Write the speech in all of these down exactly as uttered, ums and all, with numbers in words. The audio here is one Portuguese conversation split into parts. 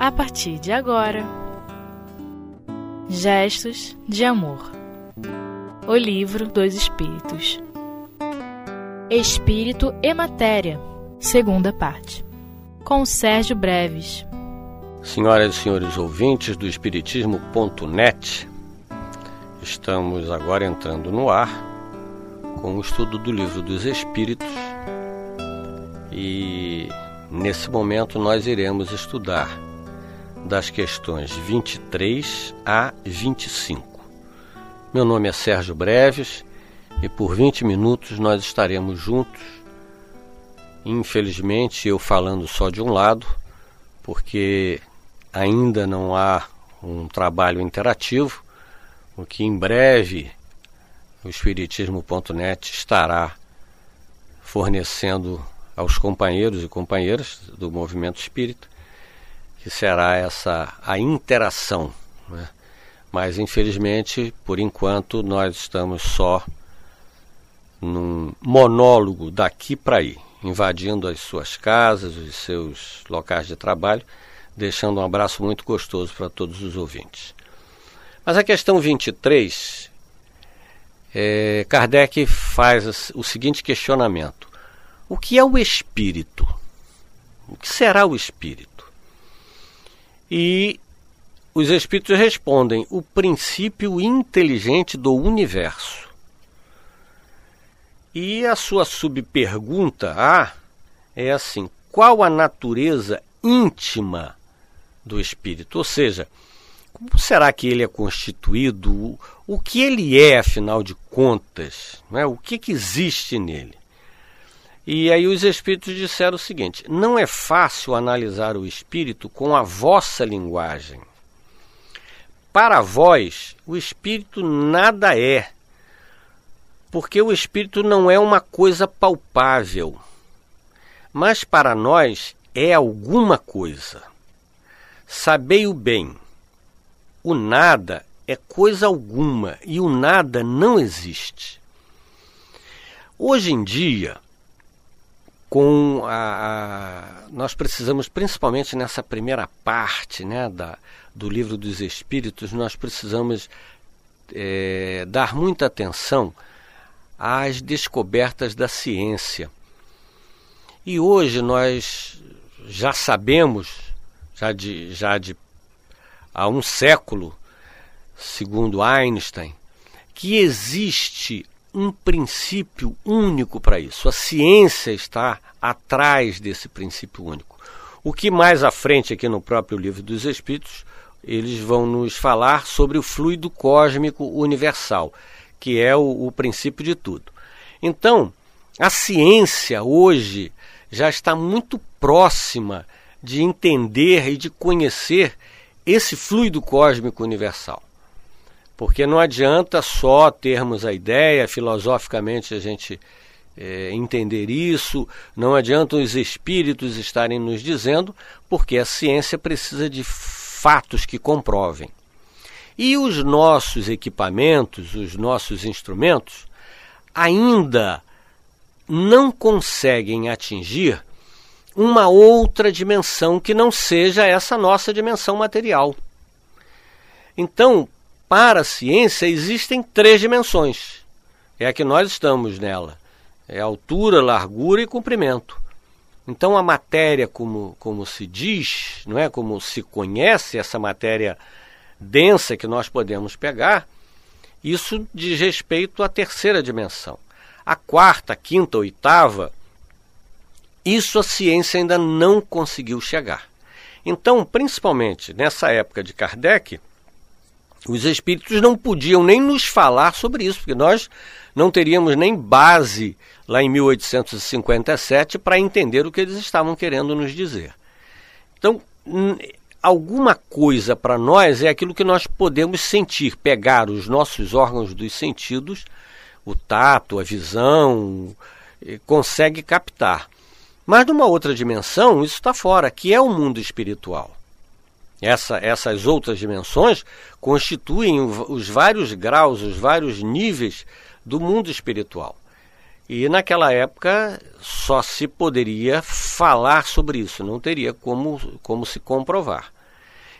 a partir de agora. Gestos de Amor. O Livro dos Espíritos. Espírito e Matéria, segunda parte. Com Sérgio Breves. Senhoras e senhores ouvintes do Espiritismo ponto net, estamos agora entrando no ar com o estudo do Livro dos Espíritos e nesse momento nós iremos estudar das questões vinte e três a vinte e cinco. Meu nome é Sérgio Breves e por vinte minutos nós estaremos juntos. Infelizmente eu falando só de um lado, porque ainda não há um trabalho interativo, o que em breve o Espiritismo ponto net estará fornecendo aos companheiros e companheiras do movimento espírita, que será essa a interação, né? Mas infelizmente, por enquanto, nós estamos só num monólogo daqui para aí, invadindo as suas casas, os seus locais de trabalho, deixando um abraço muito gostoso para todos os ouvintes. Mas a questão vinte e três, é, Kardec faz o seguinte questionamento: o que é o espírito? O que será o espírito? E os espíritos respondem: o princípio inteligente do universo. E a sua subpergunta A é assim: qual a natureza íntima do espírito? Ou seja, como será que ele é constituído? O que ele é, afinal de contas? Não é? O que, que existe nele? E aí os espíritos disseram o seguinte: não é fácil analisar o espírito com a vossa linguagem. Para vós, o espírito nada é, porque o espírito não é uma coisa palpável, mas para nós é alguma coisa. Sabei-o bem, o nada é coisa alguma e o nada não existe. Hoje em dia, com a, a, nós precisamos, principalmente nessa primeira parte, né, da, do Livro dos Espíritos, nós precisamos é, dar muita atenção às descobertas da ciência. E hoje nós já sabemos, já de, já de há um século, segundo Einstein, que existe um princípio único para isso. A ciência está atrás desse princípio único. O que mais à frente aqui no próprio Livro dos Espíritos, eles vão nos falar sobre o fluido cósmico universal, que é o, o princípio de tudo. Então, a ciência hoje já está muito próxima de entender e de conhecer esse fluido cósmico universal. Porque não adianta só termos a ideia, filosoficamente a gente é, entender isso, não adianta os espíritos estarem nos dizendo, porque a ciência precisa de fatos que comprovem. E os nossos equipamentos, os nossos instrumentos, ainda não conseguem atingir uma outra dimensão que não seja essa nossa dimensão material. Então, para a ciência existem três dimensões. É a que nós estamos nela. É altura, largura e comprimento. Então a matéria, como, como se diz, não é? Como se conhece essa matéria densa que nós podemos pegar, isso diz respeito à terceira dimensão. A quarta, quinta, oitava, isso a ciência ainda não conseguiu chegar. Então, principalmente nessa época de Kardec, os espíritos não podiam nem nos falar sobre isso, porque nós não teríamos nem base lá em mil oitocentos e cinquenta e sete para entender o que eles estavam querendo nos dizer. Então, alguma coisa para nós é aquilo que nós podemos sentir, pegar os nossos órgãos dos sentidos, o tato, a visão, consegue captar. Mas numa outra dimensão, isso está fora, que é o mundo espiritual. Essa, essas outras dimensões constituem os vários graus, os vários níveis do mundo espiritual. E naquela época só se poderia falar sobre isso, não teria como, como se comprovar.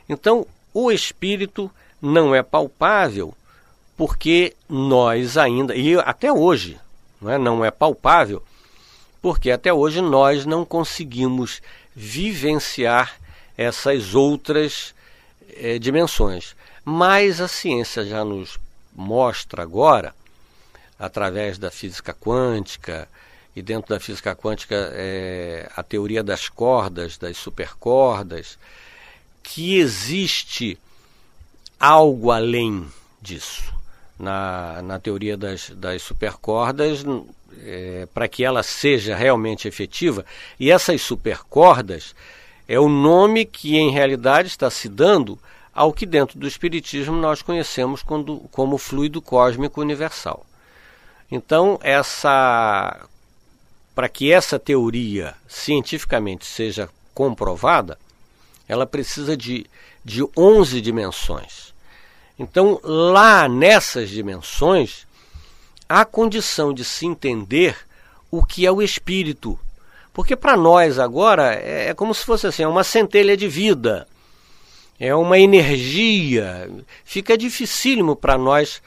Então, o espírito não é palpável porque nós ainda, e até hoje, não é, não é palpável, porque até hoje nós não conseguimos vivenciar essas outras é, dimensões. Mas a ciência já nos mostra agora, através da física quântica, e dentro da física quântica é, a teoria das cordas, das supercordas, que existe algo além disso. Na, na teoria das, das supercordas, é, para que ela seja realmente efetiva, e essas supercordas é o nome que em realidade está se dando ao que dentro do Espiritismo nós conhecemos como, como fluido cósmico universal. Então, essa, para que essa teoria cientificamente seja comprovada, ela precisa de, de onze dimensões. Então, lá nessas dimensões, há condição de se entender o que é o espírito. Porque para nós agora é, é como se fosse assim, é uma centelha de vida, é uma energia. Fica dificílimo para nós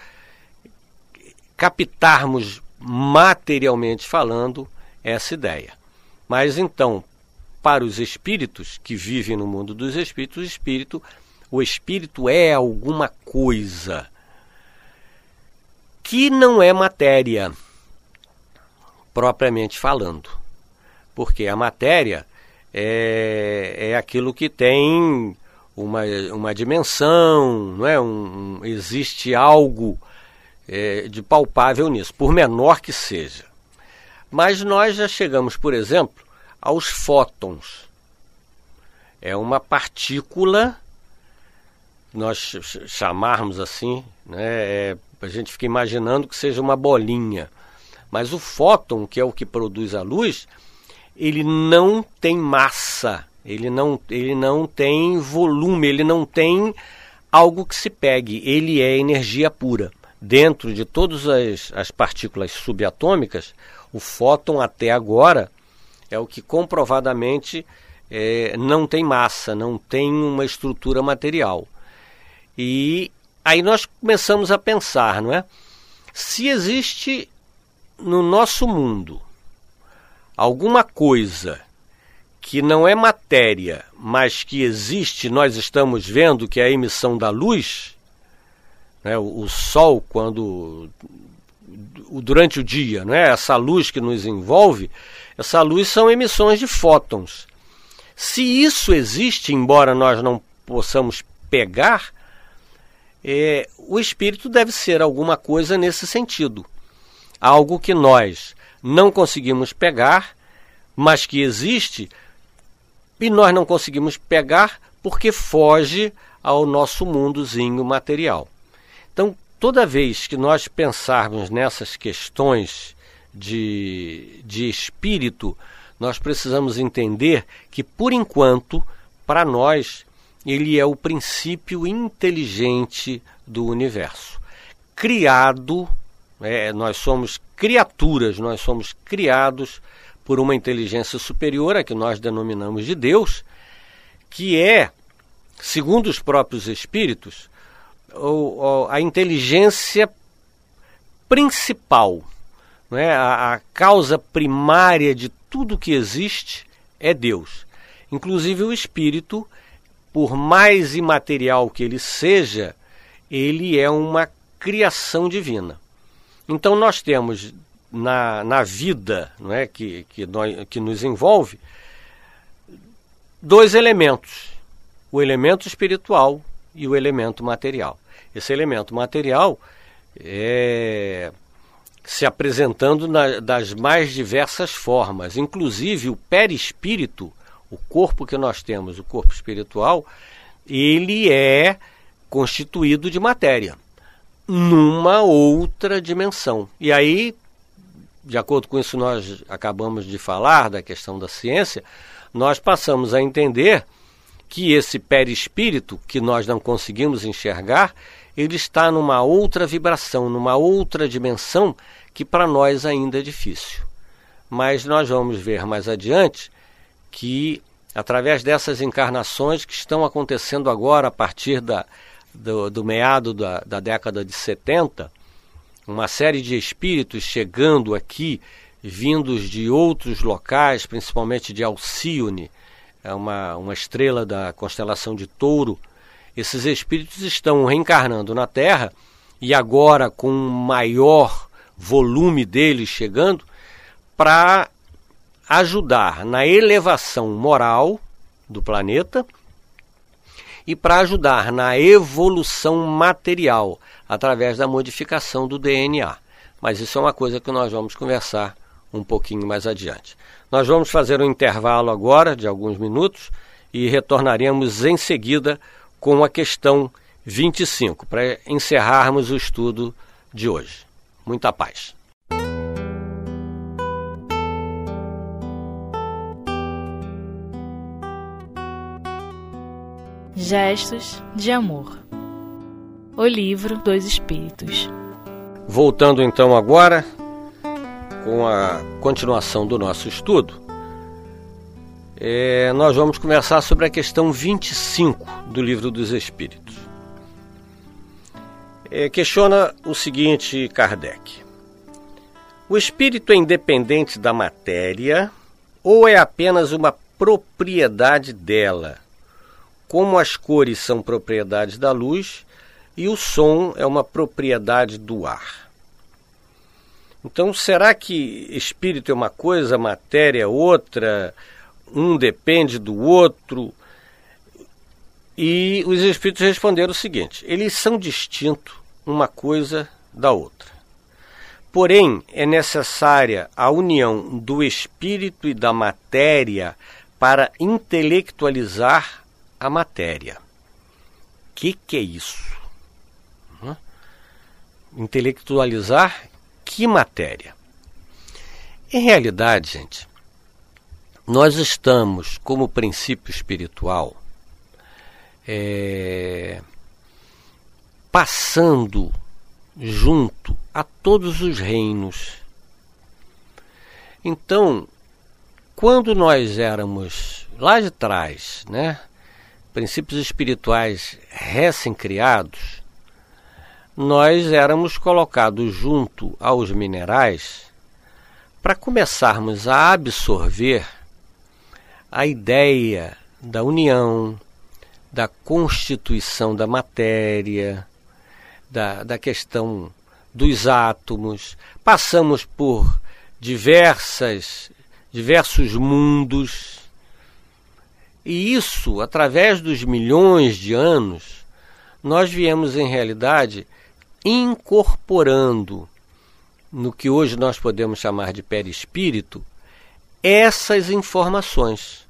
captarmos materialmente falando essa ideia. Mas então, para os espíritos que vivem no mundo dos espíritos, o espírito, o espírito é alguma coisa que não é matéria, propriamente falando. Porque a matéria é, é aquilo que tem uma, uma dimensão, não é? um, um, existe algo é, de palpável nisso, por menor que seja. Mas nós já chegamos, por exemplo, aos fótons. É uma partícula, nós chamarmos assim, né? É, a gente fica imaginando que seja uma bolinha. Mas o fóton, que é o que produz a luz, ele não tem massa, ele não, ele não tem volume, ele não tem algo que se pegue, ele é energia pura. Dentro de todas as, as partículas subatômicas, o fóton até agora é o que comprovadamente é, não tem massa, não tem uma estrutura material. E aí nós começamos a pensar, não é? Se existe no nosso mundo alguma coisa que não é matéria, mas que existe, nós estamos vendo que é a emissão da luz, né? o, o Sol, quando durante o dia, né? Essa luz que nos envolve, essa luz são emissões de fótons. Se isso existe, embora nós não possamos pegar, é, o espírito deve ser alguma coisa nesse sentido. Algo que nós não conseguimos pegar, mas que existe, e nós não conseguimos pegar porque foge ao nosso mundozinho material. Então, toda vez que nós pensarmos nessas questões de, de espírito, nós precisamos entender que, por enquanto, para nós, ele é o princípio inteligente do universo. Criado, é, nós somos criaturas, nós somos criados por uma inteligência superior, a que nós denominamos de Deus, que é, segundo os próprios espíritos, a inteligência principal, não é? a, a causa primária de tudo que existe é Deus. Inclusive o espírito, por mais imaterial que ele seja, ele é uma criação divina. Então nós temos na, na vida, não é, que, que, nós, que nos envolve, dois elementos, o elemento espiritual e o elemento material. Esse elemento material é se apresentando na, das mais diversas formas, inclusive o perispírito, o corpo que nós temos, o corpo espiritual, ele é constituído de matéria, numa outra dimensão. E aí, de acordo com isso nós acabamos de falar, da questão da ciência, nós passamos a entender que esse perispírito, que nós não conseguimos enxergar, ele está numa outra vibração, numa outra dimensão, que para nós ainda é difícil. Mas nós vamos ver mais adiante que através dessas encarnações que estão acontecendo agora a partir da, do, do meado da, da década de setenta, uma série de espíritos chegando aqui, vindos de outros locais, principalmente de Alcíone, é uma, uma estrela da constelação de Touro. Esses espíritos estão reencarnando na Terra e agora com um maior volume deles chegando para ajudar na elevação moral do planeta e para ajudar na evolução material através da modificação do D N A. Mas isso é uma coisa que nós vamos conversar um pouquinho mais adiante. Nós vamos fazer um intervalo agora de alguns minutos e retornaremos em seguida com a questão vinte e cinco, para encerrarmos o estudo de hoje. Muita paz. Gestos de Amor. O Livro dos Espíritos. Voltando então agora com a continuação do nosso estudo, é, nós vamos conversar sobre a questão vinte e cinco do Livro dos Espíritos. É, questiona o seguinte Kardec: o espírito é independente da matéria ou é apenas uma propriedade dela, como as cores são propriedades da luz e o som é uma propriedade do ar? Então, será que espírito é uma coisa, matéria é outra, um depende do outro? E os espíritos responderam o seguinte: eles são distintos uma coisa da outra. Porém, é necessária a união do espírito e da matéria para intelectualizar a matéria. O que, que é isso? Hum? Intelectualizar que matéria? Em realidade, gente, nós estamos, como princípio espiritual, é, passando junto a todos os reinos. Então, quando nós éramos lá de trás, né, princípios espirituais recém-criados, nós éramos colocados junto aos minerais para começarmos a absorver a ideia da união, da constituição da matéria, da, da questão dos átomos. Passamos por diversas, diversos mundos, e isso, através dos milhões de anos, nós viemos, em realidade, incorporando no que hoje nós podemos chamar de perispírito essas informações.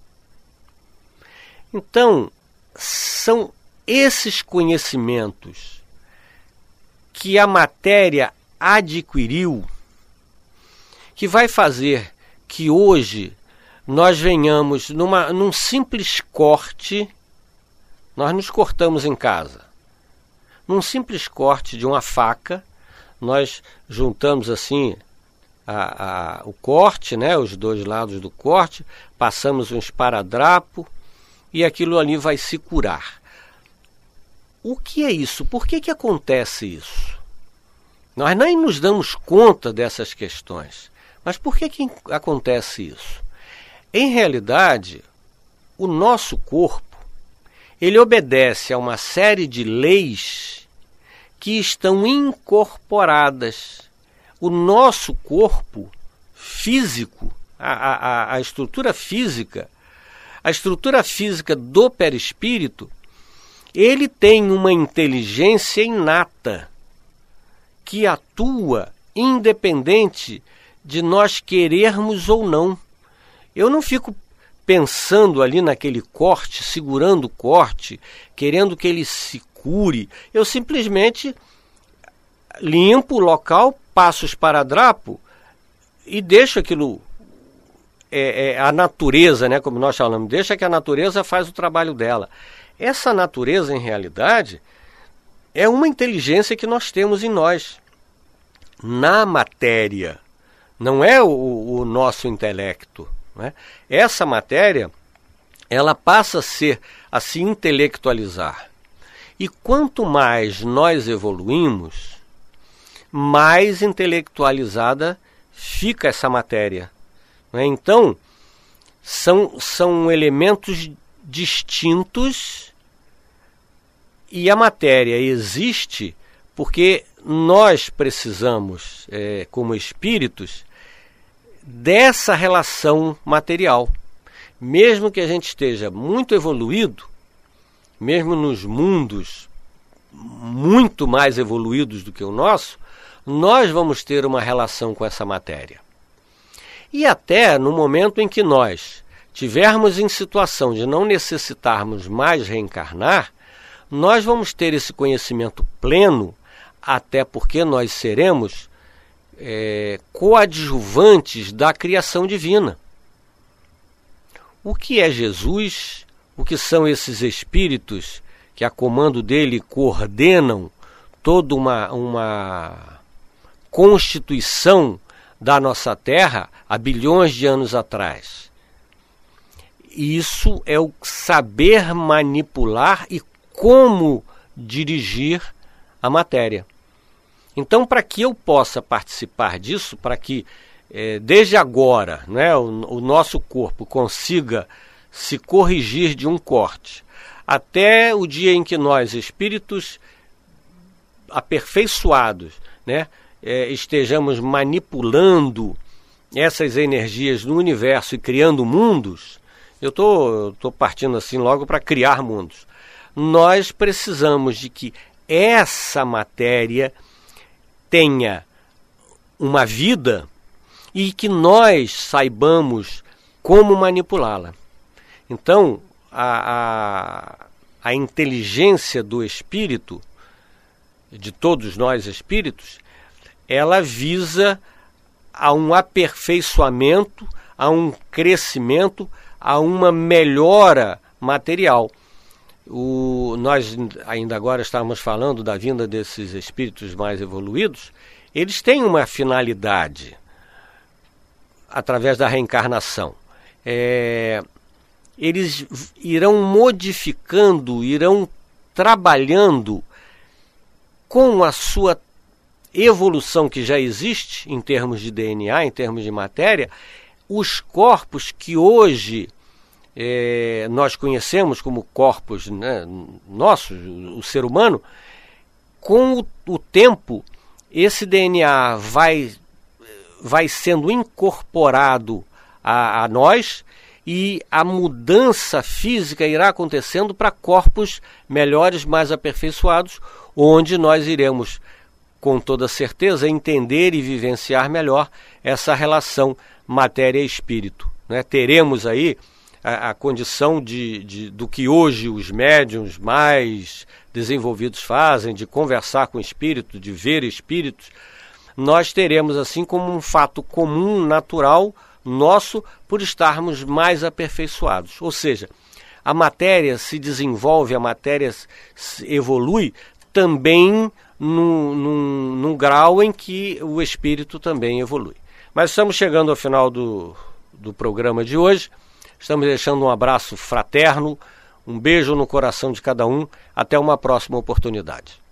Então, são esses conhecimentos que a matéria adquiriu que vai fazer que hoje nós venhamos numa, num simples corte. Nós nos cortamos em casa. Num simples corte de uma faca, nós juntamos assim a, a, o corte, né, os dois lados do corte, passamos um esparadrapo e aquilo ali vai se curar. O que é isso? Por que que acontece isso? Nós nem nos damos conta dessas questões. Mas por que que acontece isso? Em realidade, o nosso corpo, ele obedece a uma série de leis que estão incorporadas. O nosso corpo físico, a, a, a estrutura física, a estrutura física do perispírito, ele tem uma inteligência inata que atua independente de nós querermos ou não. Eu não fico pensando ali naquele corte, segurando o corte, querendo que ele se cure. Eu simplesmente limpo o local, passo o esparadrapo e deixo aquilo, é, é, a natureza, né, como nós falamos, deixa que a natureza faz o trabalho dela. Essa natureza, em realidade, é uma inteligência que nós temos em nós, na matéria. Não é o, o nosso intelecto, né? Essa matéria, ela passa a ser, a se intelectualizar. E quanto mais nós evoluímos, mais intelectualizada fica essa matéria. Né? Então, são, são elementos distintos e a matéria existe porque nós precisamos, é, como espíritos, dessa relação material. Mesmo que a gente esteja muito evoluído, mesmo nos mundos muito mais evoluídos do que o nosso, nós vamos ter uma relação com essa matéria. E até no momento em que nós tivermos em situação de não necessitarmos mais reencarnar, nós vamos ter esse conhecimento pleno, até porque nós seremos é, coadjuvantes da criação divina. O que é Jesus? O que são esses espíritos que a comando dele coordenam toda uma, uma constituição da nossa Terra há bilhões de anos atrás? Isso é o saber manipular e como dirigir a matéria. Então, para que eu possa participar disso, para que É, desde agora, né, o, o nosso corpo consiga se corrigir de um corte, até o dia em que nós, espíritos aperfeiçoados, né, é, estejamos manipulando essas energias no universo e criando mundos, eu tô, tô partindo assim logo para criar mundos. Nós precisamos de que essa matéria tenha uma vida e que nós saibamos como manipulá-la. Então, a, a, a inteligência do espírito, de todos nós espíritos, ela visa a um aperfeiçoamento, a um crescimento, a uma melhora material. O, nós ainda agora estávamos falando da vinda desses espíritos mais evoluídos. Eles têm uma finalidade através da reencarnação. É, eles irão modificando, irão trabalhando com a sua evolução que já existe em termos de D N A, em termos de matéria, os corpos que hoje é, nós conhecemos como corpos, né, nossos, o, o ser humano. Com o, o tempo, esse D N A vai vai sendo incorporado a, a nós e a mudança física irá acontecendo para corpos melhores, mais aperfeiçoados, onde nós iremos, com toda certeza, entender e vivenciar melhor essa relação matéria-espírito. Né? Teremos aí a, a condição de, de, do que hoje os médiuns mais desenvolvidos fazem, de conversar com espírito, de ver espíritos. Nós teremos assim como um fato comum, natural, nosso, por estarmos mais aperfeiçoados. Ou seja, a matéria se desenvolve, a matéria evolui também num, num, num grau em que o espírito também evolui. Mas estamos chegando ao final do, do programa de hoje. Estamos deixando um abraço fraterno, um beijo no coração de cada um. Até uma próxima oportunidade.